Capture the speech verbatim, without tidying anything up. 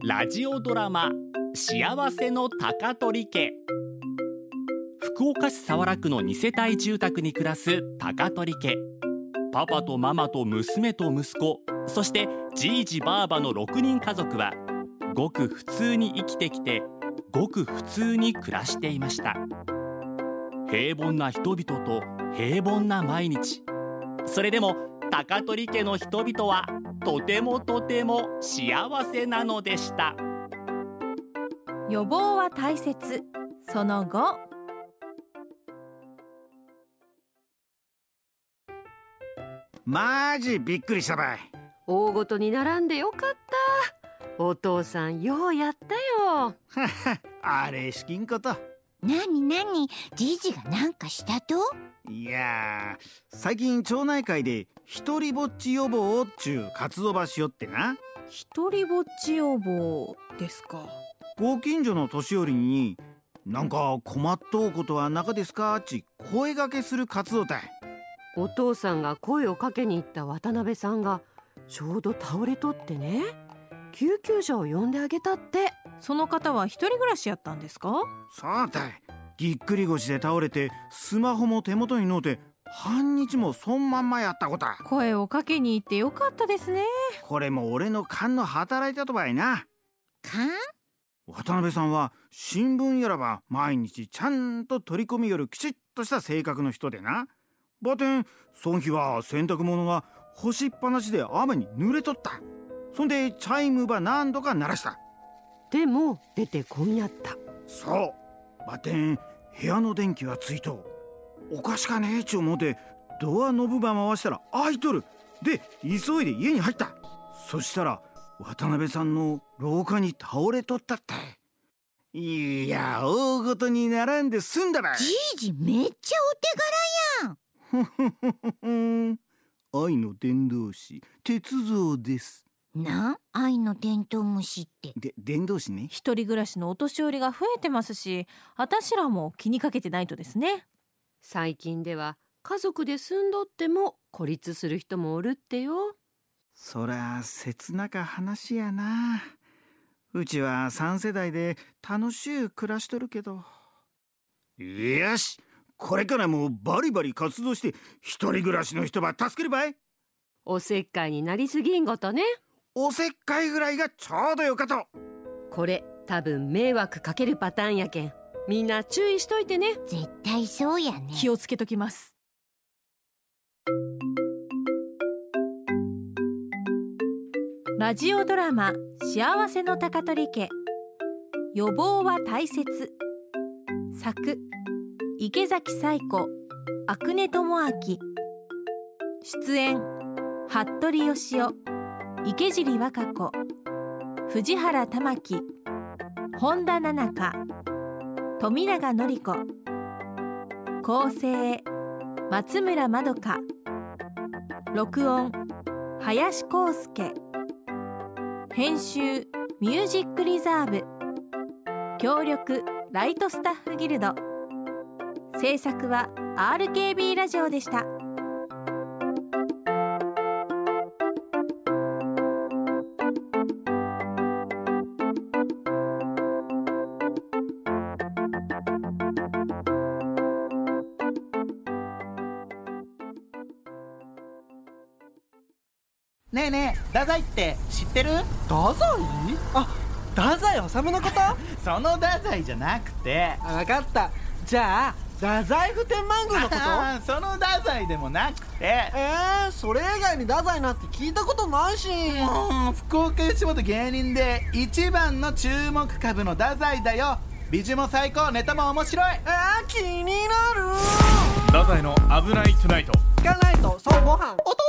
ラジオドラマ幸せの高取家。福岡市早良区のに世帯住宅に暮らす高取家。パパとママと娘と息子、そしてじいじばあばのろくにん家族はごく普通に生きてきて、ごく普通に暮らしていました。平凡な人々と平凡な毎日。それでも高取家の人々はとてもとても幸せなのでした。 予防は大切、その後。 マジびっくりしたばい。 大ごとに並んでよかった。お父さんようやったよ。 あれしきんこと。 なになに、じいじがなんかしたと？ いやー、最近町内会で一人ぼっち予防っちゅう活動ばしよってな。 一人ぼっち予防ですか。 ご近所の年寄りになんか困っとうことはなかですかっち声掛けする活動だい。 お父さんが声をかけに行った渡辺さんがちょうど倒れとってね、救急車を呼んであげたって。 その方は一人暮らしやったんですか？ そうだい。ぎっくり腰で倒れてスマホも手元にのうて半日もそんまんまやったこと。 声をかけに行ってよかったですね。 これも俺の勘の働いたとばいな。 勘？ 渡辺さんは新聞やらば毎日ちゃんと取り込みよるきちっとした性格の人でな。ばてんその日は洗濯物が干しっぱなしで雨に濡れとった。そんでチャイムば何度か鳴らした。 でも出てこんやった。 そう、ばてん部屋の電気はついとう。おかしかねえちゅう思うてドアノブば回したら開いとる。で急いで家に入った。そしたら渡辺さんの廊下に倒れとったって。いや、大ごとに並んで済んだばい。 じいじめっちゃお手柄やん。 愛の伝道師鉄三です。 な、愛のテントウムシってで伝道師ね。 一人暮らしのお年寄りが増えてますし、あたしらも気にかけてないとですね。 最近では家族で住んどっても孤立する人もおるってよ。 そりゃ切なか話やな。うちは三世代で楽しゅう暮らしとるけど。よし、これからもバリバリ活動して一人暮らしの人ば助けるばい。 おせっかいになりすぎんごとね。 おせっかいぐらいがちょうどよかと。 これ多分迷惑かけるパターンやけん、みんな注意しといてね。 絶対そうやね。 気をつけときます。ラジオドラマ幸せの高取家。予防は大切。作池崎彩子、阿久根智明。出演服部義雄、池尻和歌子、藤原玉樹、本田奈々香、富永典子。構成松村まどか。録音林康介。編集ミュージックリザーブ。協力ライトスタッフギルド。制作は アールケービー ラジオでした。 ねえねえ、太宰って知ってる？ 太宰？あ、太宰治のこと？ その太宰じゃなくて。 わかった。じゃあ太宰府天満宮のこと？ あその太宰でもなくて。 えー、それ以外に太宰なんて聞いたことないし。 もう福岡吉本芸人で一番の注目株の太宰だよ。美女も最高、ネタも面白い。 えー、気になる。 太宰の危ないトゥナイト。 聞かないとそうご飯。 おと